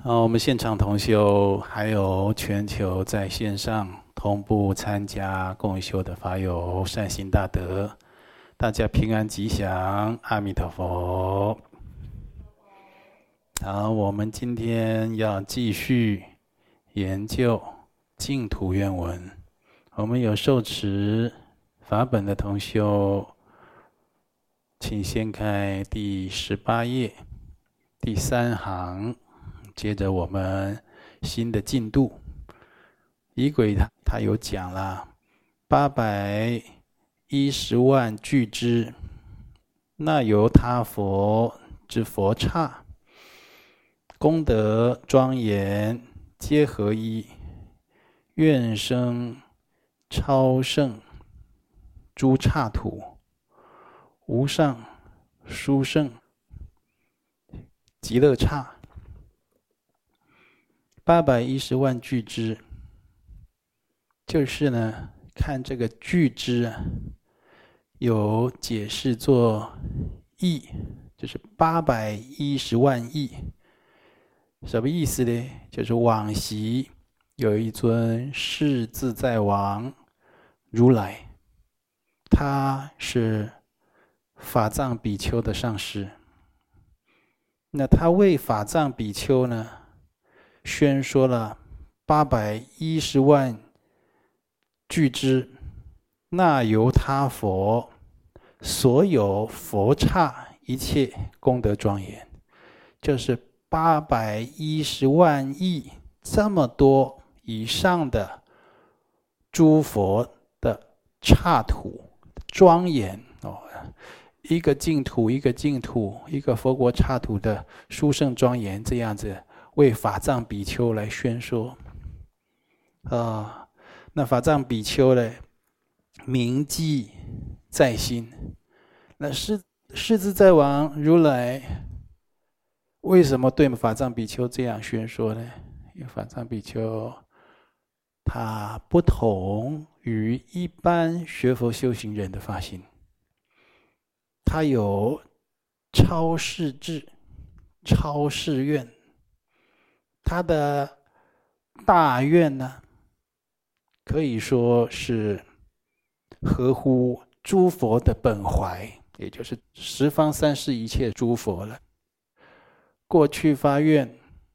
我们现场同修，还有全球在线上同步参加共修的法友善心大德，大家平安吉祥，阿弥陀佛。好，我们今天要继续研究净土愿文。我们有受持法本的同修，请先开第18页第3行。接着我们新的进度，仪轨他有讲了810万俱之，那由他佛之佛刹，功德庄严皆合一，愿生超胜诸刹土，无上殊胜极乐刹。810万俱之，就是呢，看这个俱之啊，有解释作亿，就是810万亿。什么意思呢？就是往昔有一尊世自在王如来，他是法藏比丘的上师。那他为法藏比丘呢，宣说了810万俱之，那由他佛所有佛刹一切功德庄严，就是810万亿这么多以上的诸佛的刹土庄严一个净土一个净土，一个佛国刹土的殊胜庄严，这样子为法藏比丘来宣说那法藏比丘呢，铭记在心。那世自在王如来为什么对法藏比丘这样宣说呢？因为法藏比丘他不同于一般学佛修行人的发心，他有超世智、超世愿。他的大愿呢，可以说是合乎诸佛的本怀，也就是十方三世一切诸佛了。过去发愿，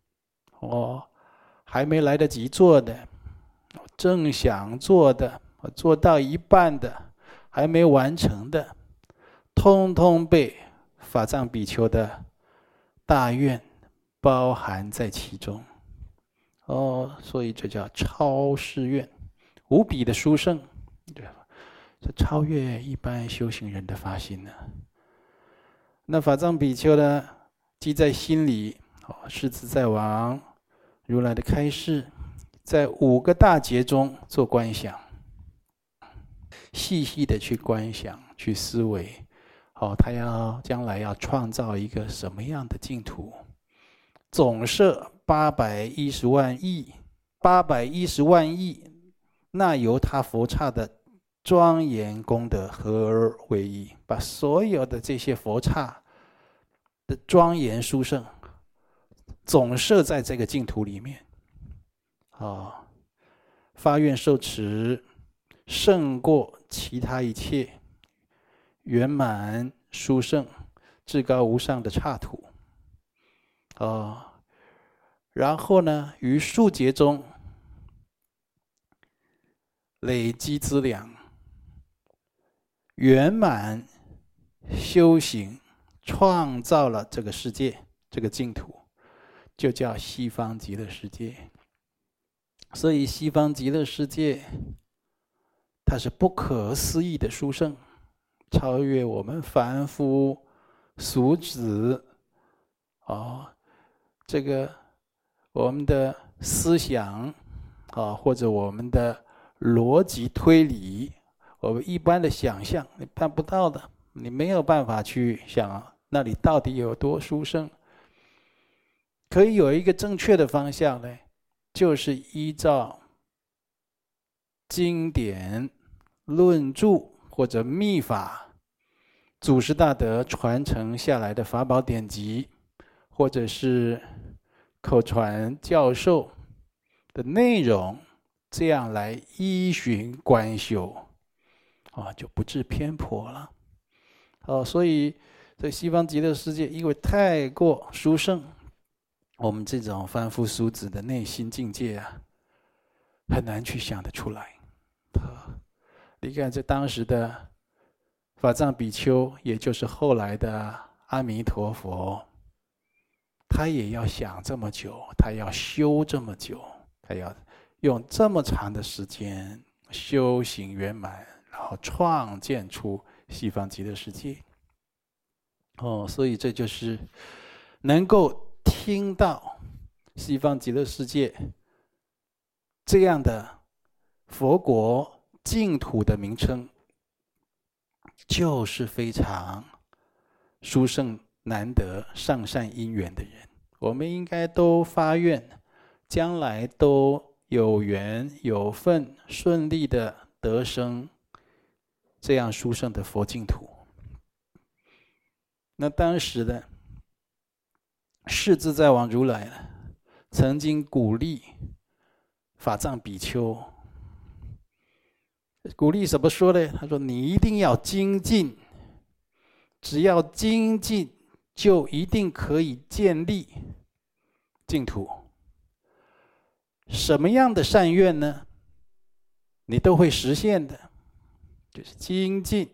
还没来得及做的，正想做的，做到一半的，还没完成的，通通被法藏比丘的大愿包含在其中。所以这叫超世愿，无比的殊胜，这超越一般修行人的发心呢。那法藏比丘呢，记在心里，世自在王如来的开示，在5个大劫中做观想，细细的去观想，去思维，他将来要创造一个什么样的净土，总设810万亿，810万亿，那由他佛刹的庄严功德合而为一，把所有的这些佛刹的庄严殊胜总设在这个净土里面。发愿受持胜过其他一切圆满殊胜至高无上的刹土。然后呢，于数劫中累积资粮，圆满修行，创造了这个世界，这个净土，就叫西方极乐世界。所以西方极乐世界，它是不可思议的殊胜，超越我们凡夫俗子这个我们的思想或者我们的逻辑推理，我们一般的想象你办不到的，你没有办法去想那里到底有多殊胜。可以有一个正确的方向呢，就是依照经典论著或者密法祖师大德传承下来的法宝典籍，或者是口传教授的内容，这样来依循观修，就不致偏颇了。所以在西方极乐世界，因为太过殊胜，我们这种凡夫俗子的内心境界很难去想得出来。你看，这当时的法藏比丘，也就是后来的阿弥陀佛，他也要想这么久，他要修这么久，他要用这么长的时间修行圆满，然后创建出西方极乐世界。所以这就是能够听到西方极乐世界这样的佛国净土的名称，就是非常殊胜难得上善因缘的人。我们应该都发愿，将来都有缘有份顺利的得生这样殊胜的佛净土。那当时的世自在王如来曾经鼓励法藏比丘，鼓励怎么说呢？他说：“你一定要精进，只要精进，就一定可以建立净土。什么样的善愿呢？你都会实现的，就是精进。”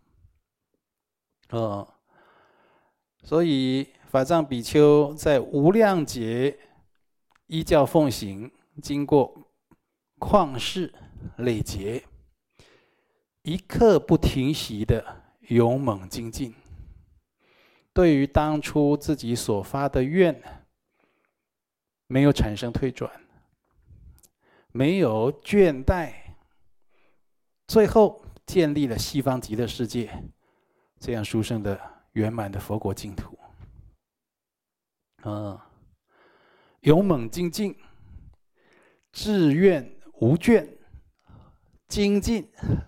所以法藏比丘在无量劫依教奉行，经过旷世累劫，一刻不停息的勇猛精进。对于当初自己所发的愿，没有产生退转，没有倦怠，最后建立了西方极乐世界这样殊胜的圆满的佛国净土。勇猛精进，志愿无倦，精进，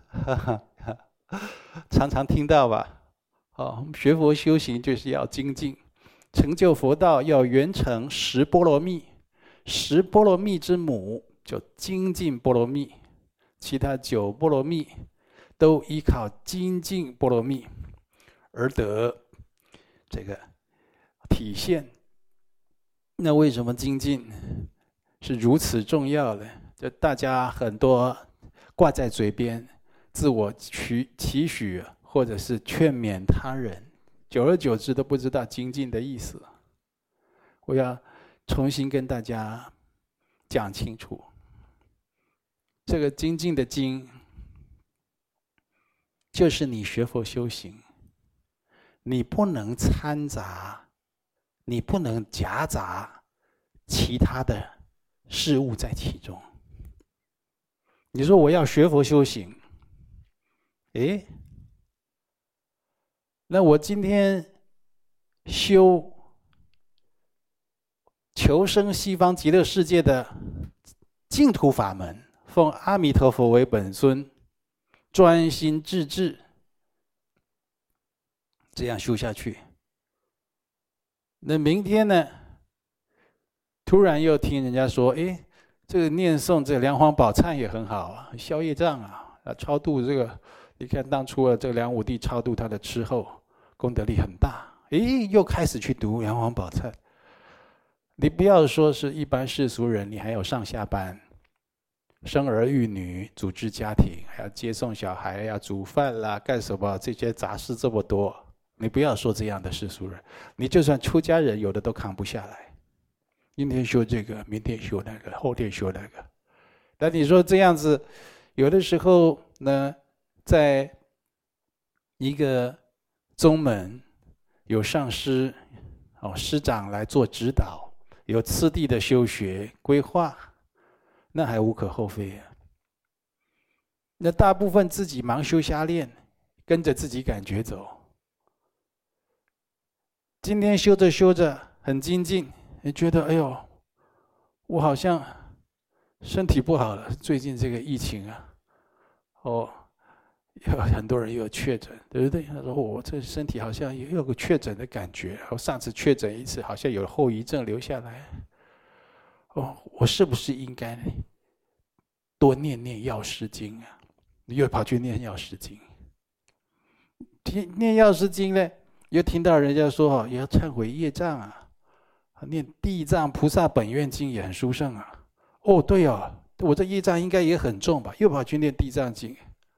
常常听到吧？我们学佛修行就是要精进，成就佛道要圆成十波罗蜜，十波罗蜜之母就精进波罗蜜，其他9波罗蜜都依靠精进波罗蜜而得这个体现。那为什么精进是如此重要呢？就大家很多挂在嘴边，自我期许，或者是劝勉他人，久而久之都不知道精进的意思。我要重新跟大家讲清楚，这个精进的精，就是你学佛修行，你不能掺杂，你不能夹杂其他的事物在其中。你说我要学佛修行，那我今天修求生西方极乐世界的净土法门，奉阿弥陀佛为本尊，专心致志，这样修下去。那明天呢，突然又听人家说，这个念诵这个梁皇宝忏也很好啊，消业障啊，超度这个，你看当初这个梁武帝超度他的痴后，功德力很大，又开始去读梁皇宝忏。你不要说是一般世俗人，你还有上下班，生儿育女，组织家庭，还要接送小孩，要煮饭啦，干什么？这些杂事这么多，你不要说这样的世俗人，你就算出家人，有的都扛不下来。今天修这个，明天修那个，后天修那个。但你说这样子，有的时候呢，在一个宗门有上师、师长来做指导，有次第的修学规划，那还无可厚非啊。那大部分自己盲修瞎练，跟着自己感觉走。今天修着修着很精进，你觉得我好像身体不好了，最近这个疫情有很多人又有确诊，对不对？他说我这身体好像也有个确诊的感觉，我上次确诊一次，好像有后遗症留下来。 我是不是应该多念念药师经啊？又跑去念药师经，念药师经呢，又听到人家说也要忏悔业障啊，念地藏菩萨本愿经也很殊胜啊。对哦，我这业障应该也很重吧？又跑去念地藏经，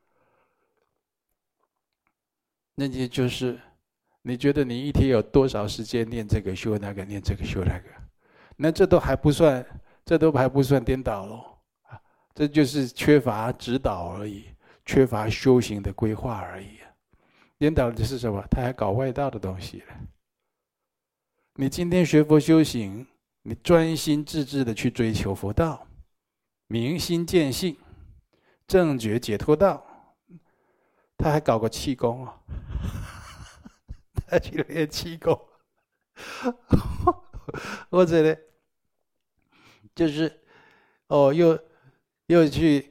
那就是你觉得你一天有多少时间念这个修那个，念这个修那个？那这都还不算颠倒咯，这就是缺乏指导而已，缺乏修行的规划而已。颠倒的是什么？他还搞外道的东西了。你今天学佛修行，你专心致志的去追求佛道，明心见性，正觉解脱道，他还搞个气功啊，他去练气功，或者呢，就是又去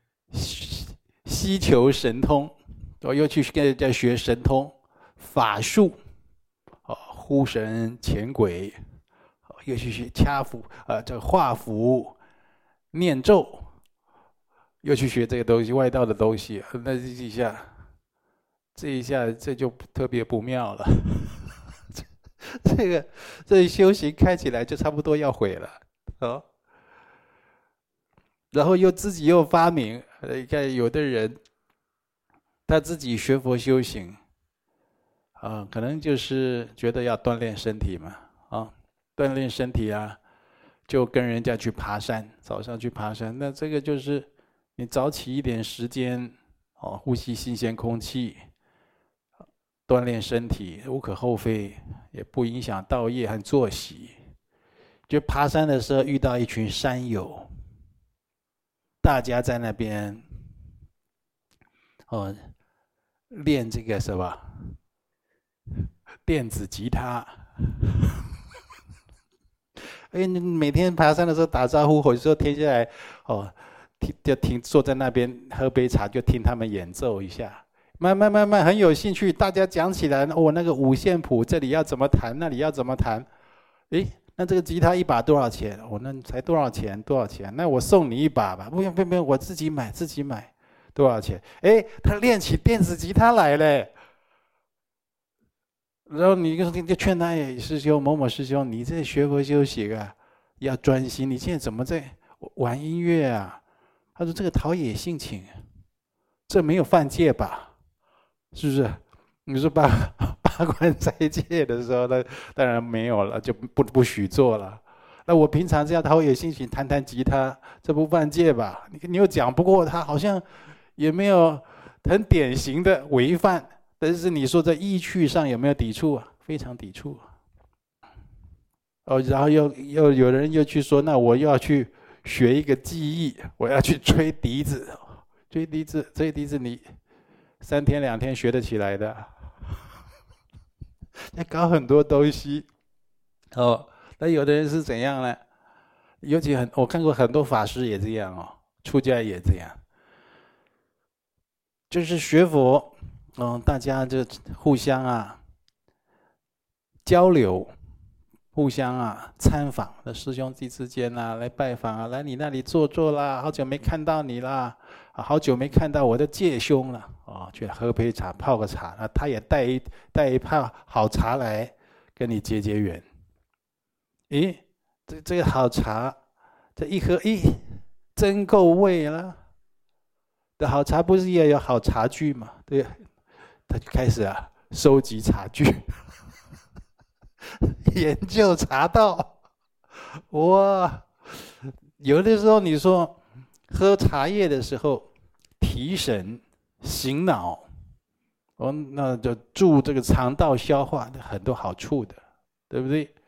希求神通，又去跟人家学神通法术，呼神遣鬼，又去学掐符这个画符念咒，又去学这个东西外道的东西，那这一下这就特别不妙了。这修行看起来就差不多要毁了然后自己又发明，你看有的人他自己学佛修行可能就是觉得要锻炼身体嘛锻炼身体啊，就跟人家去爬山，早上去爬山，那这个就是你早起一点时间呼吸新鲜空气，锻炼身体无可厚非，也不影响道业和作息。就爬山的时候遇到一群山友，大家在那边练这个什么电子吉他。每天爬山的时候打招呼，或者说停下来就坐在那边喝杯茶，就听他们演奏一下。慢慢很有兴趣，大家讲起来那个五线谱这里要怎么弹，那里要怎么弹。那这个吉他一把多少钱？那才多少钱？那我送你一把吧。不用，我自己买。多少钱？他练起电子吉他来了。然后你就劝他，师兄某某师兄，你这学佛修行啊，要专心。你现在怎么在玩音乐啊？他说这个陶冶性情，这没有犯戒吧？是不是？你说八关斋戒的时候呢，当然没有了，就不许做了。那我平常这样陶冶性情，弹吉他，这不犯戒吧？你又讲不过他，好像也没有很典型的违犯。但是你说在意趣上有没有抵触啊？非常抵触然后又有人又去说，那我又要去学一个技艺，我要去吹笛子。吹笛子你3天2天学得起来的。要搞很多东西那有的人是怎样呢？尤其我看过很多法师也这样出家也这样，就是学佛大家就互相交流，互相参访，那师兄弟之间来拜访来你那里坐啦，好久没看到你啦，好久没看到我的戒兄了去喝杯茶泡个茶，那他也带一泡好茶来跟你结缘。这个好茶，这一喝真够味了。这好茶不是也有好茶具吗？对，他就开始收集茶具，研究茶道。哇，有的时候你说喝茶叶的时候提神醒脑那就助这个肠道消化很多好处的，对不对？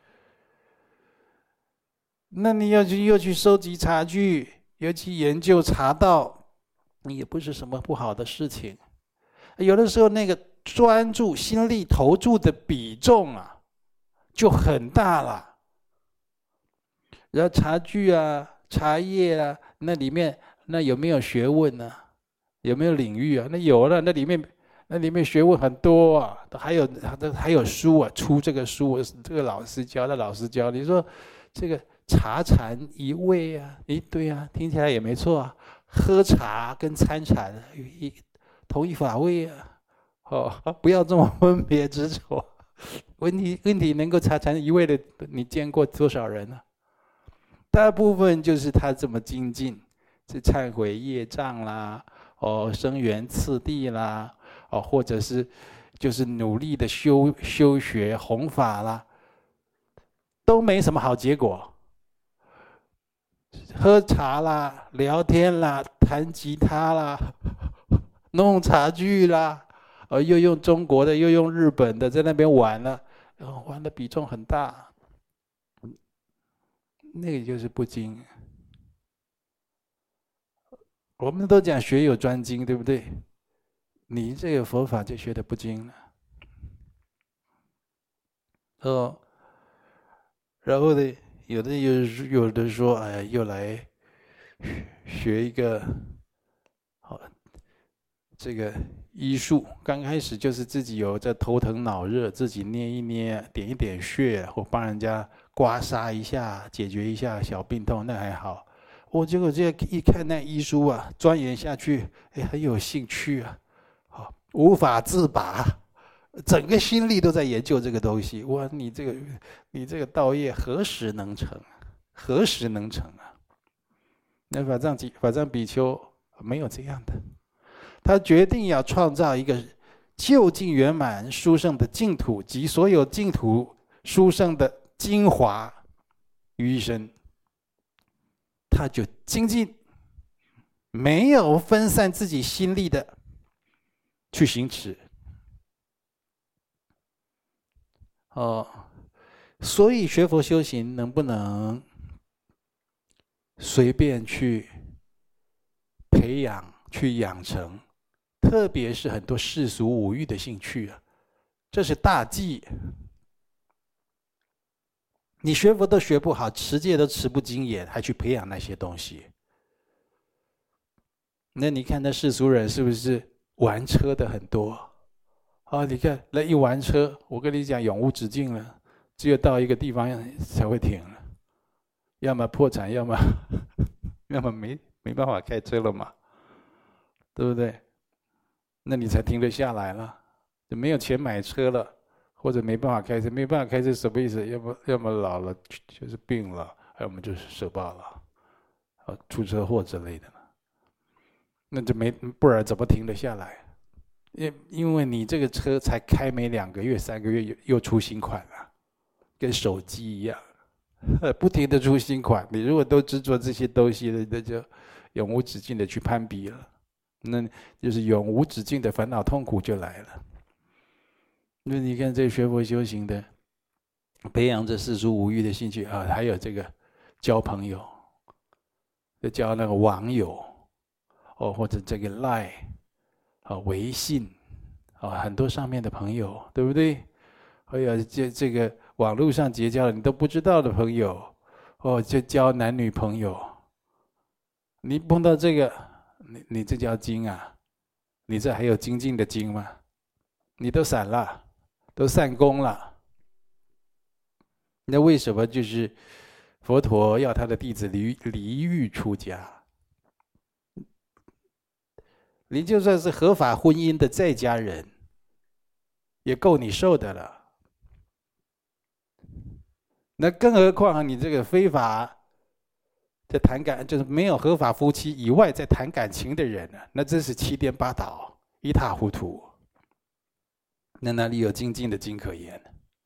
那你又去收集茶具，又去研究茶道，也不是什么不好的事情。有的时候那个专注心力投注的比重就很大了。然后茶具茶叶那里面那有没有学问呢？有没有领域那有了，那里面学问很多还有书出这个书，这个老师教，那老师教。你说茶禅一味啊，对啊，听起来也没错啊。喝茶跟参禅同一法味啊，不要这么分别执着。问题能够茶禅一味的，你见过多少人呢？大部分就是他这么精进，是忏悔业障啦，生缘次第啦，或者是就是努力的修学弘法啦，都没什么好结果。喝茶啦，聊天啦，弹吉他啦，弄茶具啦，又用中国的，又用日本的，在那边玩了，玩的比重很大。那个就是不精。我们都讲学有专精，对不对？你这个佛法就学的不精了。然后呢，有的说，哎呀，又来学一个这个医术。刚开始就是自己有在头疼脑热，自己捏一捏，点一点穴，或帮人家刮痧一下，解决一下小病痛，那还好。结果这一看那医书啊，钻研下去，很有兴趣啊，无法自拔，整个心力都在研究这个东西。哇，你这个道业何时能成？何时能成啊？那法藏比丘没有这样的，他决定要创造一个究竟圆满殊胜的净土及所有净土殊胜的精华于一身。他就精进，没有分散自己心力的去行持。所以学佛修行能不能随便去培养、去养成？特别是很多世俗五欲的兴趣啊，这是大忌。你学佛都学不好，持戒都持不精也，还去培养那些东西？那你看那世俗人是不是玩车的很多？你看那一玩车，我跟你讲，永无止境了，只有到一个地方才会停了，要么破产，要么没办法开车了嘛，对不对？那你才停得下来了，就没有钱买车了。或者没办法开车，没办法开车什么意思？要么老了就是病了，要么就是社报了，出车祸之类的了。那就不然怎么停得下来？因为你这个车才开没2个月、3个月又出新款了，跟手机一样，不停的出新款。你如果都执着这些东西了，那就永无止境的去攀比了，那就是永无止境的烦恼痛苦就来了。因为你看这学佛修行的，培养这世俗无欲的兴趣啊，还有这个交朋友，就交那个网友，或者这个 LINE 微信很多上面的朋友，对不对？还有这个网络上结交你都不知道的朋友，就交男女朋友。你碰到这个，你这叫精啊？你这还有精进的精吗？你都散了。都散功了，那为什么就是佛陀要他的弟子离欲出家？你就算是合法婚姻的在家人，也够你受的了。那更何况你这个非法在谈感，就是没有合法夫妻以外在谈感情的人呢？那真是七颠八倒，一塌糊涂。那哪里有精进的精可言？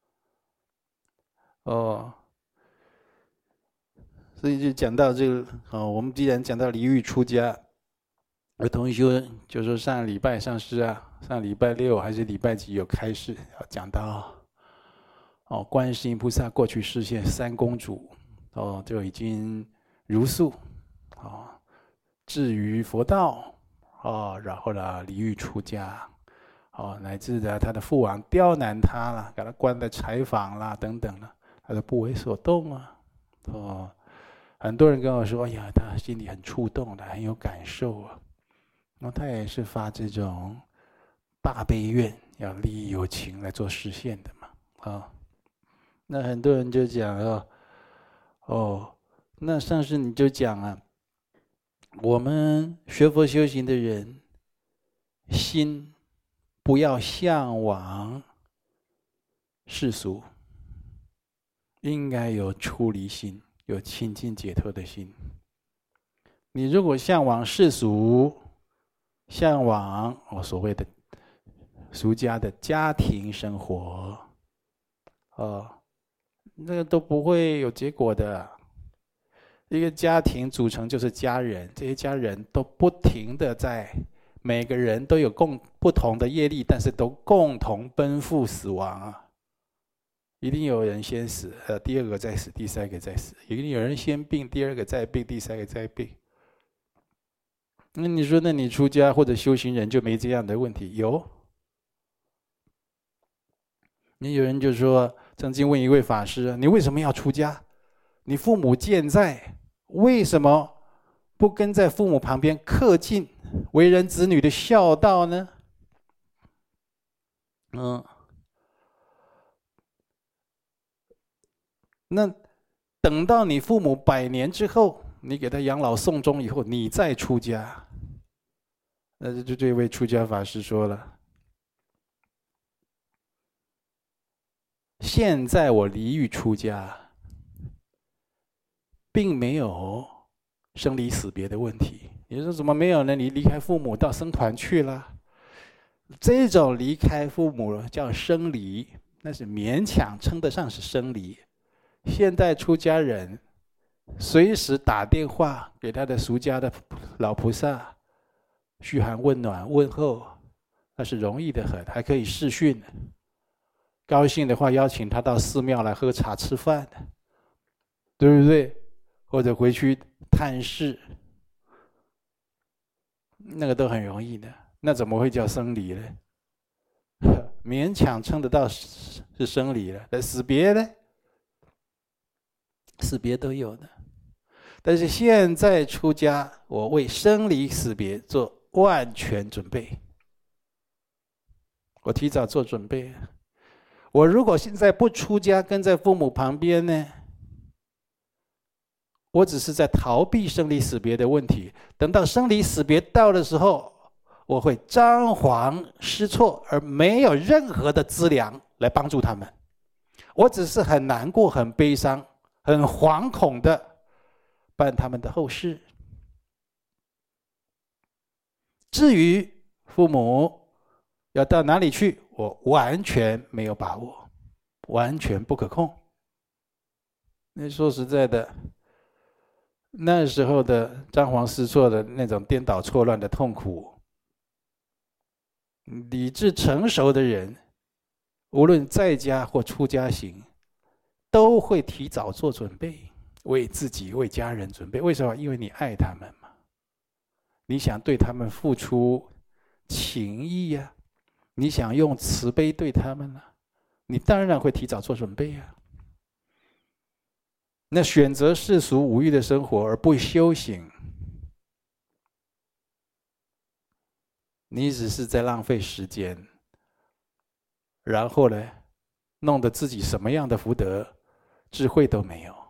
所以就讲到这个我们既然讲到离欲出家，有同学就说上礼拜上师啊，上礼拜6还是礼拜几有开示，要讲到观世音菩萨过去示现3公主就已经如素至于佛道然后呢离欲出家乃至他的父王刁难他了，给他关在柴房啦等等了，他都不为所动啊很多人跟我说，哎呀，他心里很触动的，很有感受啊。然后他也是发这种大悲愿，要利益有情来做实现的嘛那很多人就讲那上次你就讲啊，我们学佛修行的人，心不要向往世俗，应该有出离心，有清净解脱的心。你如果向往世俗，向往所谓的俗家的家庭生活，那个都不会有结果的。一个家庭组成就是家人，这些家人都不停的在，每个人都有不同的业力，但是都共同奔赴死亡啊！一定有人先死，第二个再死，第三个再死；一定有人先病，第二个再病，第三个再病。那你说，那你出家或者修行人就没这样的问题？有。你有人就说，曾经问一位法师：“你为什么要出家？你父母健在，为什么不跟在父母旁边恪尽为人子女的孝道呢？”那等到你父母100年之后，你给他养老送终以后，你再出家。那就这位出家法师说了：“现在我离欲出家，并没有生离死别的问题。你说怎么没有呢？你离开父母到僧团去了，这种离开父母叫生离，那是勉强称得上是生离。现代出家人随时打电话给他的俗家的老菩萨嘘寒问暖问候，那是容易的很，还可以视讯。高兴的话邀请他到寺庙来喝茶吃饭，对不对？或者回去探视，那个都很容易的。那怎么会叫生离呢？勉强称得到是生离了。那死别呢？死别都有的。但是现在出家，我为生离死别做万全准备，我提早做准备。我如果现在不出家，跟在父母旁边呢，我只是在逃避生离死别的问题。等到生离死别到的时候，我会张皇失措，而没有任何的资粮来帮助他们。我只是很难过、很悲伤、很惶恐的办他们的后事。至于父母要到哪里去，我完全没有把握，完全不可控。那说实在的，那时候的张皇失措的那种颠倒错乱的痛苦，理智成熟的人，无论在家或出家行，都会提早做准备，为自己、为家人准备。为什么？因为你爱他们嘛，你想对他们付出情谊呀，你想用慈悲对他们啊，你当然会提早做准备啊。那选择世俗无欲的生活而不修行，你只是在浪费时间，然后呢，弄得自己什么样的福德、智慧都没有。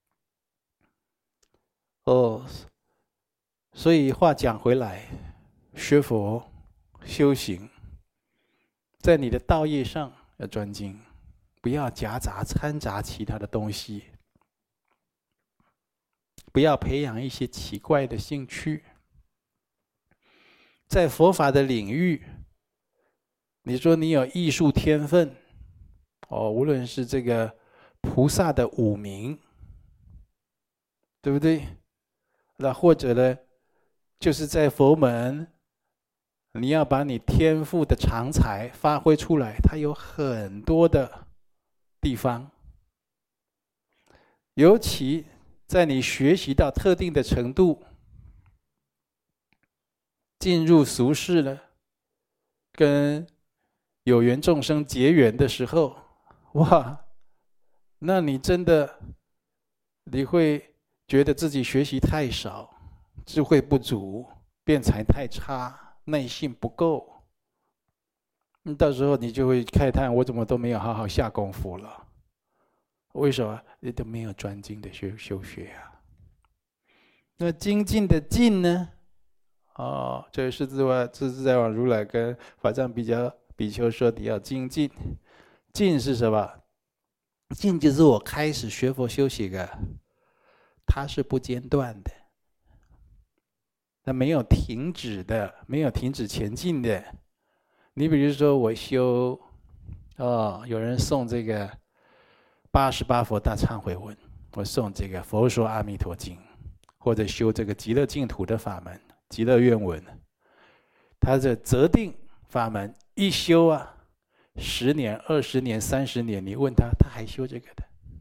所以话讲回来，学佛修行，在你的道业上要专精，不要夹杂掺杂其他的东西。不要培养一些奇怪的兴趣。在佛法的领域，你说你有艺术天分，无论是这个菩萨的五名，对不对？那或者呢，就是在佛门，你要把你天赋的长才发挥出来，它有很多的地方，尤其在你学习到特定的程度，进入俗世了，跟有缘众生结缘的时候，哇，那你真的你会觉得自己学习太少，智慧不足，辩才太差，内性不够。到时候你就会慨叹，我怎么都没有好好下功夫了？为什么？你都没有专精的修学啊。 那精进的进呢？这个是自在王如来跟法藏比丘说，你要精进。进是什么？进就是我开始学佛修行啊，它是不间断的，它没有停止的，没有停止前进的。你比如说我修，有人送这个88佛大忏悔文，我送这个佛说阿弥陀经，或者修这个极乐净土的法门，极乐愿文，他这择定法门一修啊，10年、20年、30年，你问他，他还修这个的。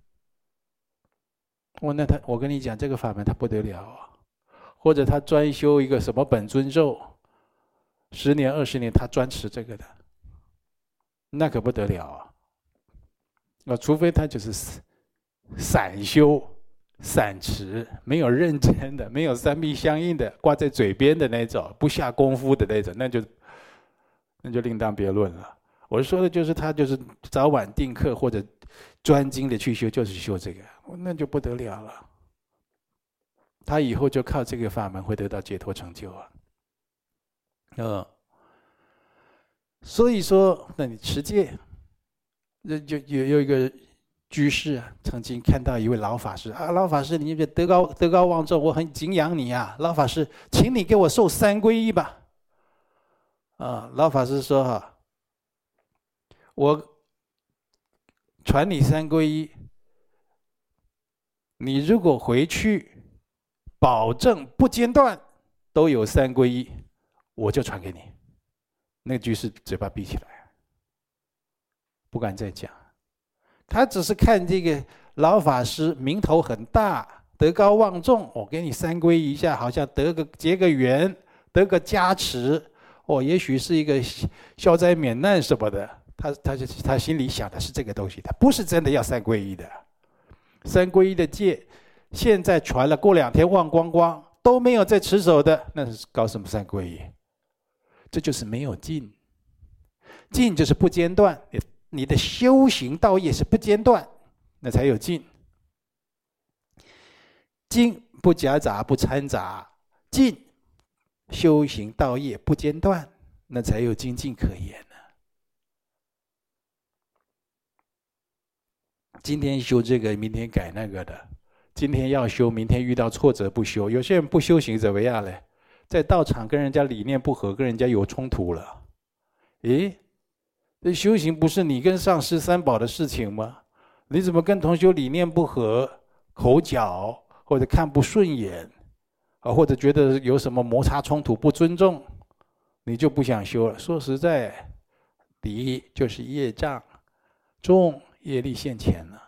我跟你讲，这个法门他不得了啊！或者他专修一个什么本尊咒，10年、20年，他专持这个的，那可不得了啊！除非他就是散修、散持，没有认真的，没有三密相应的，挂在嘴边的那种，不下功夫的那种，那就另当别论了。我说的就是他就是早晚定课或者专精的去修，就是修这个，那就不得了了。他以后就靠这个法门会得到解脱成就啊。所以说，那你持戒，就有一个居士啊，曾经看到一位老法师啊，老法师，你德高望重，我很敬仰你啊，老法师，请你给我受3皈依吧。老法师说我传你3皈依，你如果回去保证不间断都有3皈依，我就传给你。那个居士嘴巴闭起来，不敢再讲。他只是看这个老法师名头很大，德高望重，我给你3皈依一下，好像结个缘，得个加持，也许是一个消灾免难什么的。他心里想的是这个东西，他不是真的要3皈依的。3皈依的戒，现在传了，过2天忘光光，都没有再持守的，那是搞什么3皈依？这就是没有进。进就是不间断，你的修行道业是不间断，那才有进。进不夹杂不掺杂，进修行道业不间断，那才有精进可言呢。今天修这个，明天改那个的，今天要修，明天遇到挫折不修。有些人不修行怎么样呢？在道场跟人家理念不合，跟人家有冲突了。这修行不是你跟上师三宝的事情吗？你怎么跟同修理念不合、口角，或者看不顺眼，或者觉得有什么摩擦冲突、不尊重，你就不想修了？说实在，第一就是业障重，业力现前了，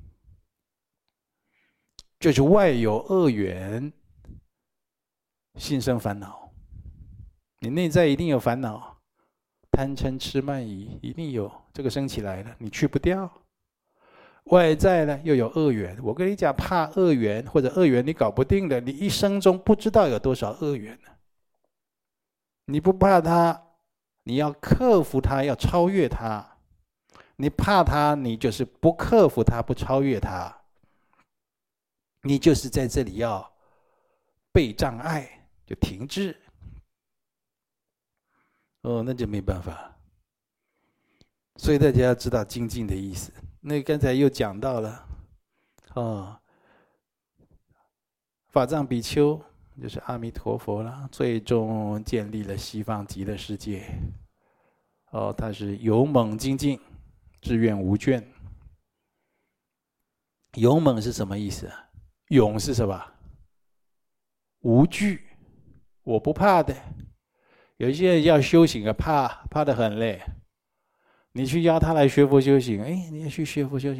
就是外有恶缘，心生烦恼。你内在一定有烦恼，贪嗔痴慢疑一定有，这个升起来了，你去不掉。外在呢又有恶缘，我跟你讲，怕恶缘或者恶缘你搞不定的，你一生中不知道有多少恶缘呢。你不怕它，你要克服它，要超越它。你怕它，你就是不克服它，不超越它，你就是在这里要被障碍，就停滞。那就没办法。所以大家要知道精进的意思。那刚才又讲到了，法藏比丘就是阿弥陀佛了，最终建立了西方极乐世界。他是勇猛精进，志愿无倦。勇猛是什么意思啊？勇是什么？无惧，我不怕的。有些人要修行怕得很累。你去邀他来学佛修行，你要去学佛修行，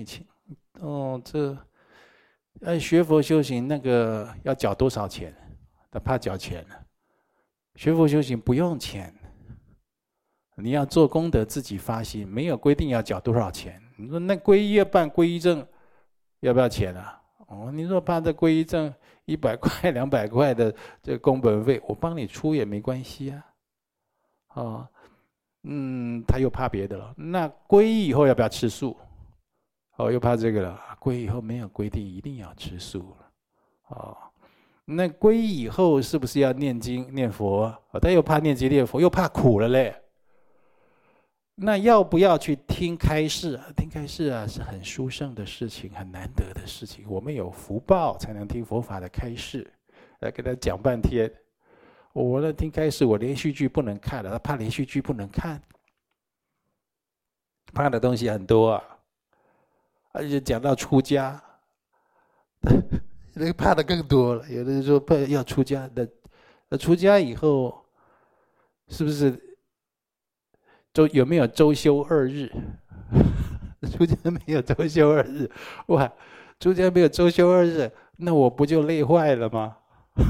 学佛修行那个要缴多少钱？他怕缴钱呢。学佛修行不用钱，你要做功德自己发心，没有规定要缴多少钱。你说那皈依要办皈依证，要不要钱啊？你说怕这皈依证100块、200块的这个工本费，我帮你出也没关系啊。他又怕别的了。那皈依以后要不要吃素？又怕这个了。皈依以后没有规定一定要吃素了。 那皈依以后是不是要念经念佛？他又怕念经念佛，又怕苦了嘞。那要不要去听开示？听开示啊，是很殊胜的事情，很难得的事情。我们有福报才能听佛法的开示，来跟他讲半天。我那听开示，我连续剧不能看了，他怕连续剧不能看，怕的东西很多啊。而且讲到出家，那个怕的更多了。有的人说怕要出家的，出家以后是不是有没有周休2日？出家没有周休2日，哇！出家没有周休2日，那我不就累坏了吗？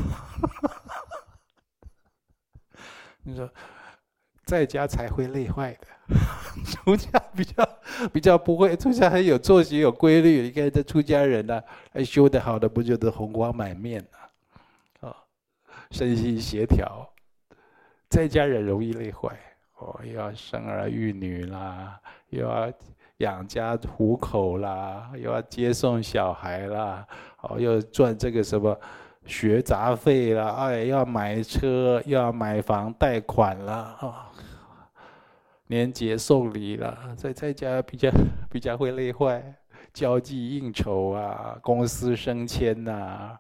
你说，在家才会累坏的，出家比较不会，出家还有作息有规律。你看这出家人呢、还修得好的，不就是红光满面啊？身心协调，在家人容易累坏。又要生儿育女啦，又要养家糊口啦，又要接送小孩啦，又赚这个什么学杂费啦，要买车，又要买房贷款啦，年节送礼啦，在家比较会累坏，交际应酬啊，公司升迁呐，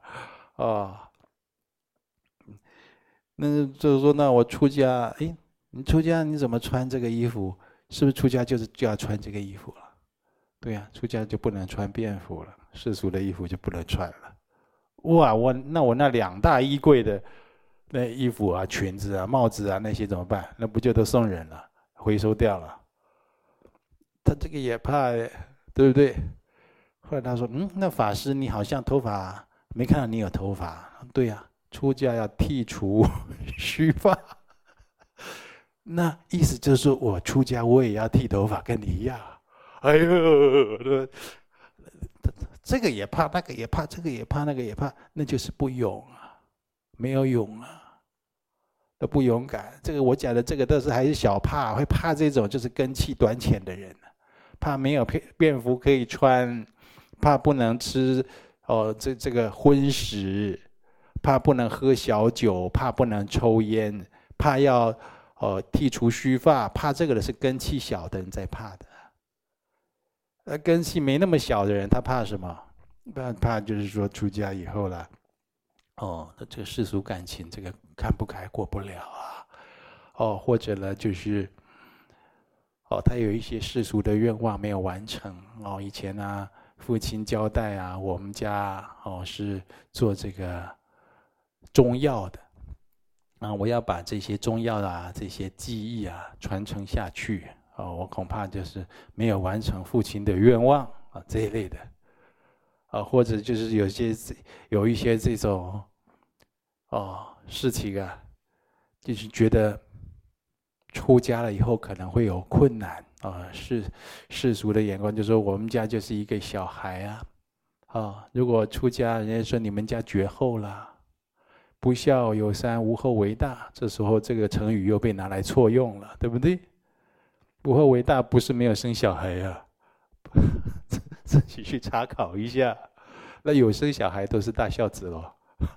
那就是说，那我出家，你出家你怎么穿这个衣服？是不是出家就要穿这个衣服了？对呀，出家就不能穿便服了，世俗的衣服就不能穿了。哇，我那2大衣柜的那衣服啊、裙子啊、帽子啊那些怎么办？那不就都送人了，回收掉了？他这个也怕，对不对？后来他说，那法师你好像头发没看到你有头发。对呀，出家要剃除须发。那意思就是说我出家我也要剃头发，跟你一样。哎呦，这个也怕，那个也怕，这个也怕，那个也怕，那就是不勇啊，没有勇啊，都不勇敢。这个我讲的这个都是还是小怕，会怕这种就是根器短浅的人，怕没有便服可以穿，怕不能吃这个荤食，怕不能喝小酒，怕不能抽烟，怕要剃除须发，怕这个的是根器小的人在怕的。根器没那么小的人，他怕什么？怕就是说出家以后了，那这个世俗感情，这个看不开过不了啊，或者呢就是他有一些世俗的愿望没有完成以前啊，父亲交代啊，我们家是做这个中药的。我要把这些中药啊、这些技艺啊传承下去我恐怕就是没有完成父亲的愿望这一类的或者就是有一些这种事情啊，就是觉得出家了以后可能会有困难世俗的眼光就说我们家就是一个小孩如果出家，人家说你们家绝后了。不孝有三，无后为大。这时候这个成语又被拿来错用了，对不对？无后为大不是没有生小孩啊，自己去查考一下。那有生小孩都是大孝子咯。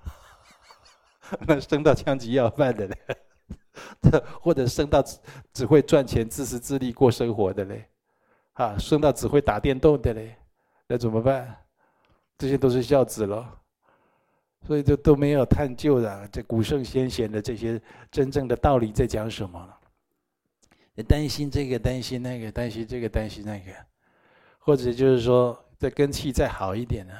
那生到枪击要饭的嘞，或者生到只会赚钱、自食自力过生活的嘞，生到只会打电动的嘞，那怎么办？这些都是孝子咯。所以就都没有探究的，这古圣先贤的这些真正的道理在讲什么？担心这个，担心那个，担心这个，担心那个，或者就是说，这根器再好一点呢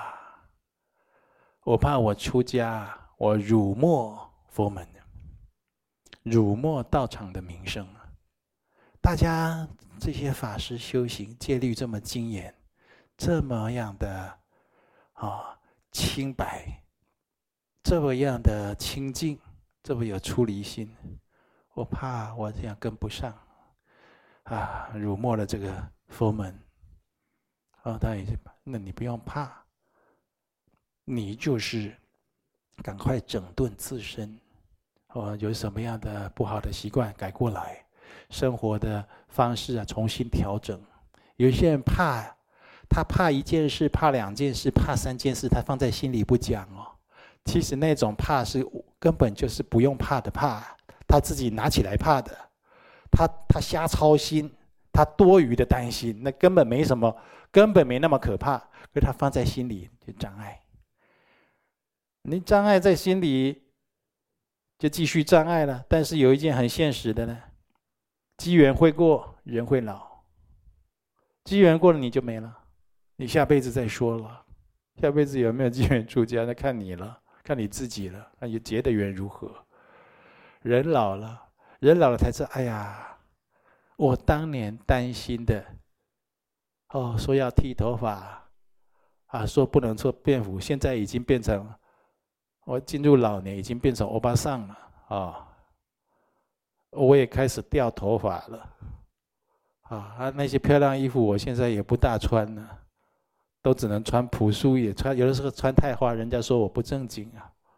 我怕我出家，我辱没佛门，辱没道场的名声。大家这些法师修行戒律这么精严，这么样的清白。这么样的清净，这么有出离心，我怕我这样跟不上辱没了这个佛门他也是，那你不用怕，你就是赶快整顿自身有什么样的不好的习惯改过来，生活的方式重新调整。有些人怕，他怕一件事，怕2件事，怕3件事，他放在心里不讲其实那种怕是根本就是不用怕的怕，他自己拿起来怕的，他瞎操心，他多余的担心，那根本没什么，根本没那么可怕，可是他放在心里就障碍。你障碍在心里，就继续障碍了。但是有一件很现实的呢，机缘会过，人会老。机缘过了你就没了，你下辈子再说了。下辈子有没有机缘出家，那看你了，看你自己了，那你结的缘如何？人老了，人老了才知道，哎呀，我当年担心的，说要剃头发，说不能做便服，现在已经变成，我进入老年，已经变成欧巴桑了我也开始掉头发了那些漂亮衣服我现在也不大穿了，都只能穿朴素也穿，有的时候穿太花，人家说我不正经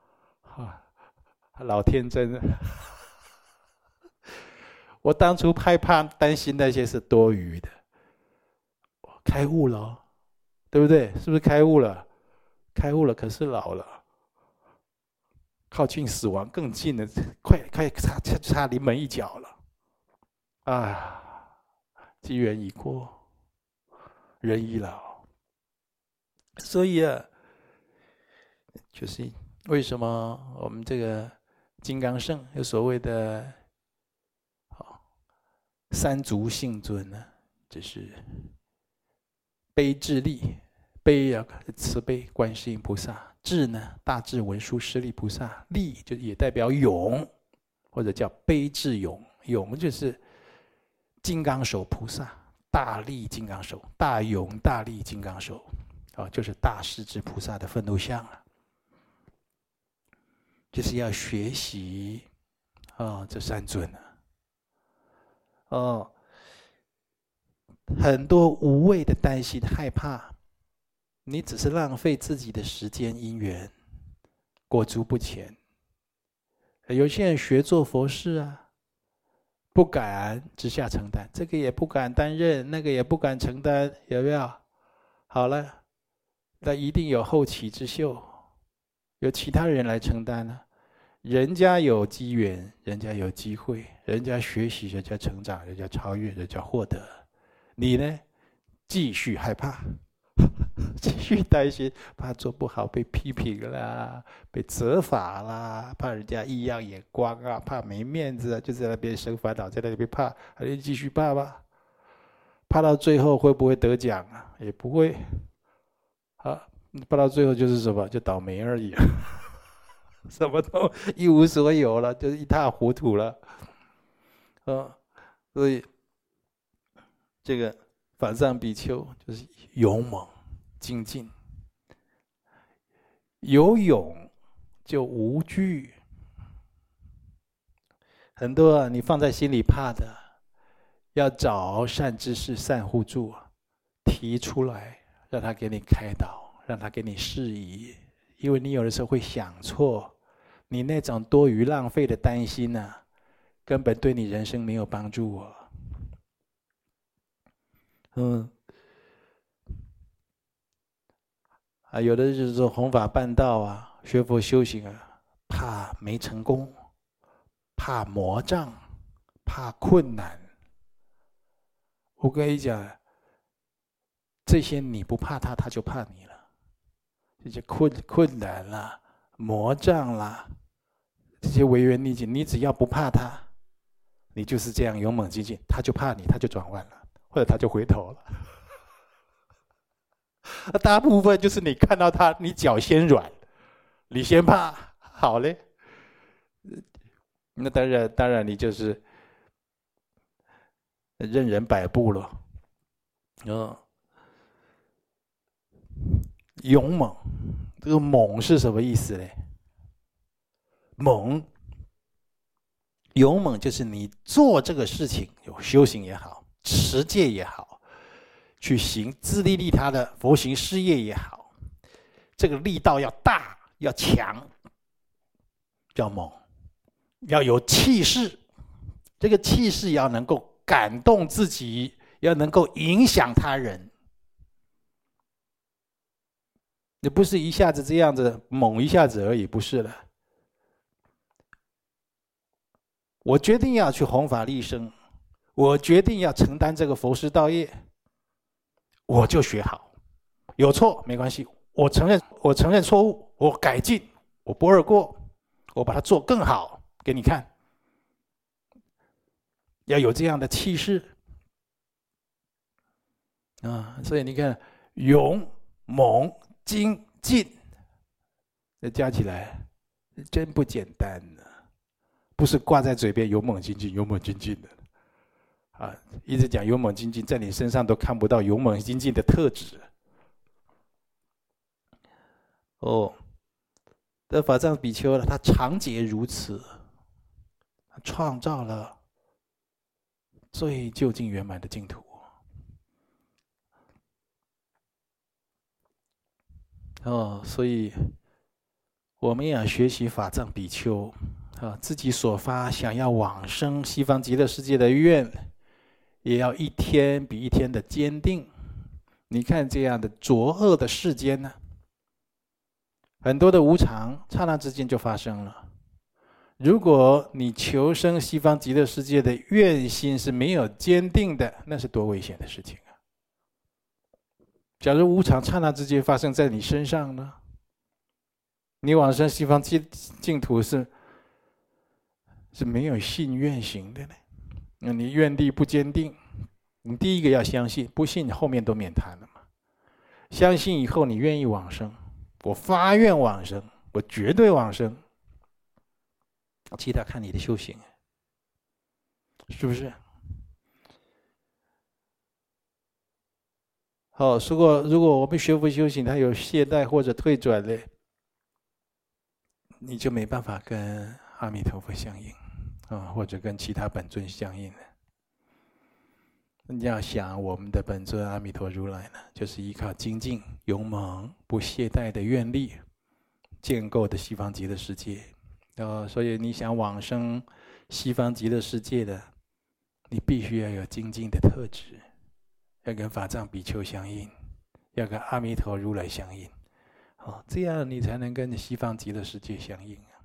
老天真我当初害怕担心那些是多余的，开悟了，对不对？是不是开悟了？开悟了，可是老了，靠近死亡更近了，快差临门一脚了机缘已过，人已老，所以就是为什么我们这个金刚乘有所谓的三足性尊呢？就是悲智力，悲慈悲观世音菩萨，智呢大智文殊师利菩萨，力就也代表勇，或者叫悲智勇，勇就是金刚手菩萨，大力金刚手，大勇大力金刚手就是大势至菩萨的愤怒相就是要学习这三尊很多无谓的担心害怕，你只是浪费自己的时间因缘，裹足不前。有些人学做佛事不敢直下承担，这个也不敢担任，那个也不敢承担，有没有？好了，那一定有后起之秀，有其他人来承担呢。人家有机缘，人家有机会，人家学习，人家成长，人家超越，人家获得。你呢？继续害怕，继续担心，怕做不好被批评啦，被责罚啦，怕人家异样眼光怕没面子就在那边生烦恼，在那边怕，还是继续怕吧。怕到最后会不会得奖也不会怕到最后就是什么？就倒霉而已什么都一无所有了，就是一塌糊涂了所以这个法藏比丘就是勇猛精进，有勇就无惧。很多你放在心里怕的，要找善知识、善护助提出来，让他给你开导，让他给你释疑。因为你有的时候会想错，你那种多余浪费的担心根本对你人生没有帮助有的就是说弘法办道学佛修行怕没成功，怕魔障，怕困难。我跟你讲，这些你不怕他，他就怕你了。这些困难啦、魔障啦，这些违缘逆境，你只要不怕他，你就是这样勇猛精进，他就怕你，他就转弯了，或者他就回头了。大部分就是你看到他，你脚先软，你先怕，好嘞。那当然你就是任人摆布了。勇猛，这个猛是什么意思呢？勇猛就是你做这个事情，有修行也好，持戒也好，去行自利利他的佛行事业也好，这个力道要大，要强，叫猛，要有气势。这个气势要能够感动自己，要能够影响他人。 你不是一下子这样子猛一下子而已，不是了。我决定要去弘法利生，我决定要承担这个佛师道业，我就学好，有错没关系，我承认错误，我改进，我不二过，我把它做更好给你看，要有这样的气势啊！所以你看，勇、猛、精、进，这加起来真不简单呢。不是挂在嘴边勇猛精进、勇猛精进的啊！一直讲勇猛精进，在你身上都看不到勇猛精进的特质。哦，这法藏比丘呢，他常节如此，创造了最究竟圆满的净土。哦，所以我们也要学习法藏比丘啊，自己所发想要往生西方极乐世界的愿，也要一天比一天的坚定。你看这样的浊恶的世间呢，很多的无常，刹那之间就发生了。如果你求生西方极乐世界的愿心是没有坚定的，那是多危险的事情啊！假如无常刹那之间发生在你身上呢？你往生西方净土是没有信愿行的呢。那你愿力不坚定，你第一个要相信，不信后面都免谈了嘛。相信以后你愿意往生，我发愿往生，我绝对往生，其他看你的修行，是不是？好，如果我们学佛修行，它有懈怠或者退转的，你就没办法跟阿弥陀佛相应啊，或者跟其他本尊相应了。你要想我们的本尊阿弥陀如来呢，就是依靠精进、勇猛、不懈怠的愿力，建构的西方极乐世界。所以你想往生西方极乐世界的，你必须要有精进的特质，要跟法藏比丘相应，要跟阿弥陀如来相应，这样你才能跟西方极乐世界相应啊。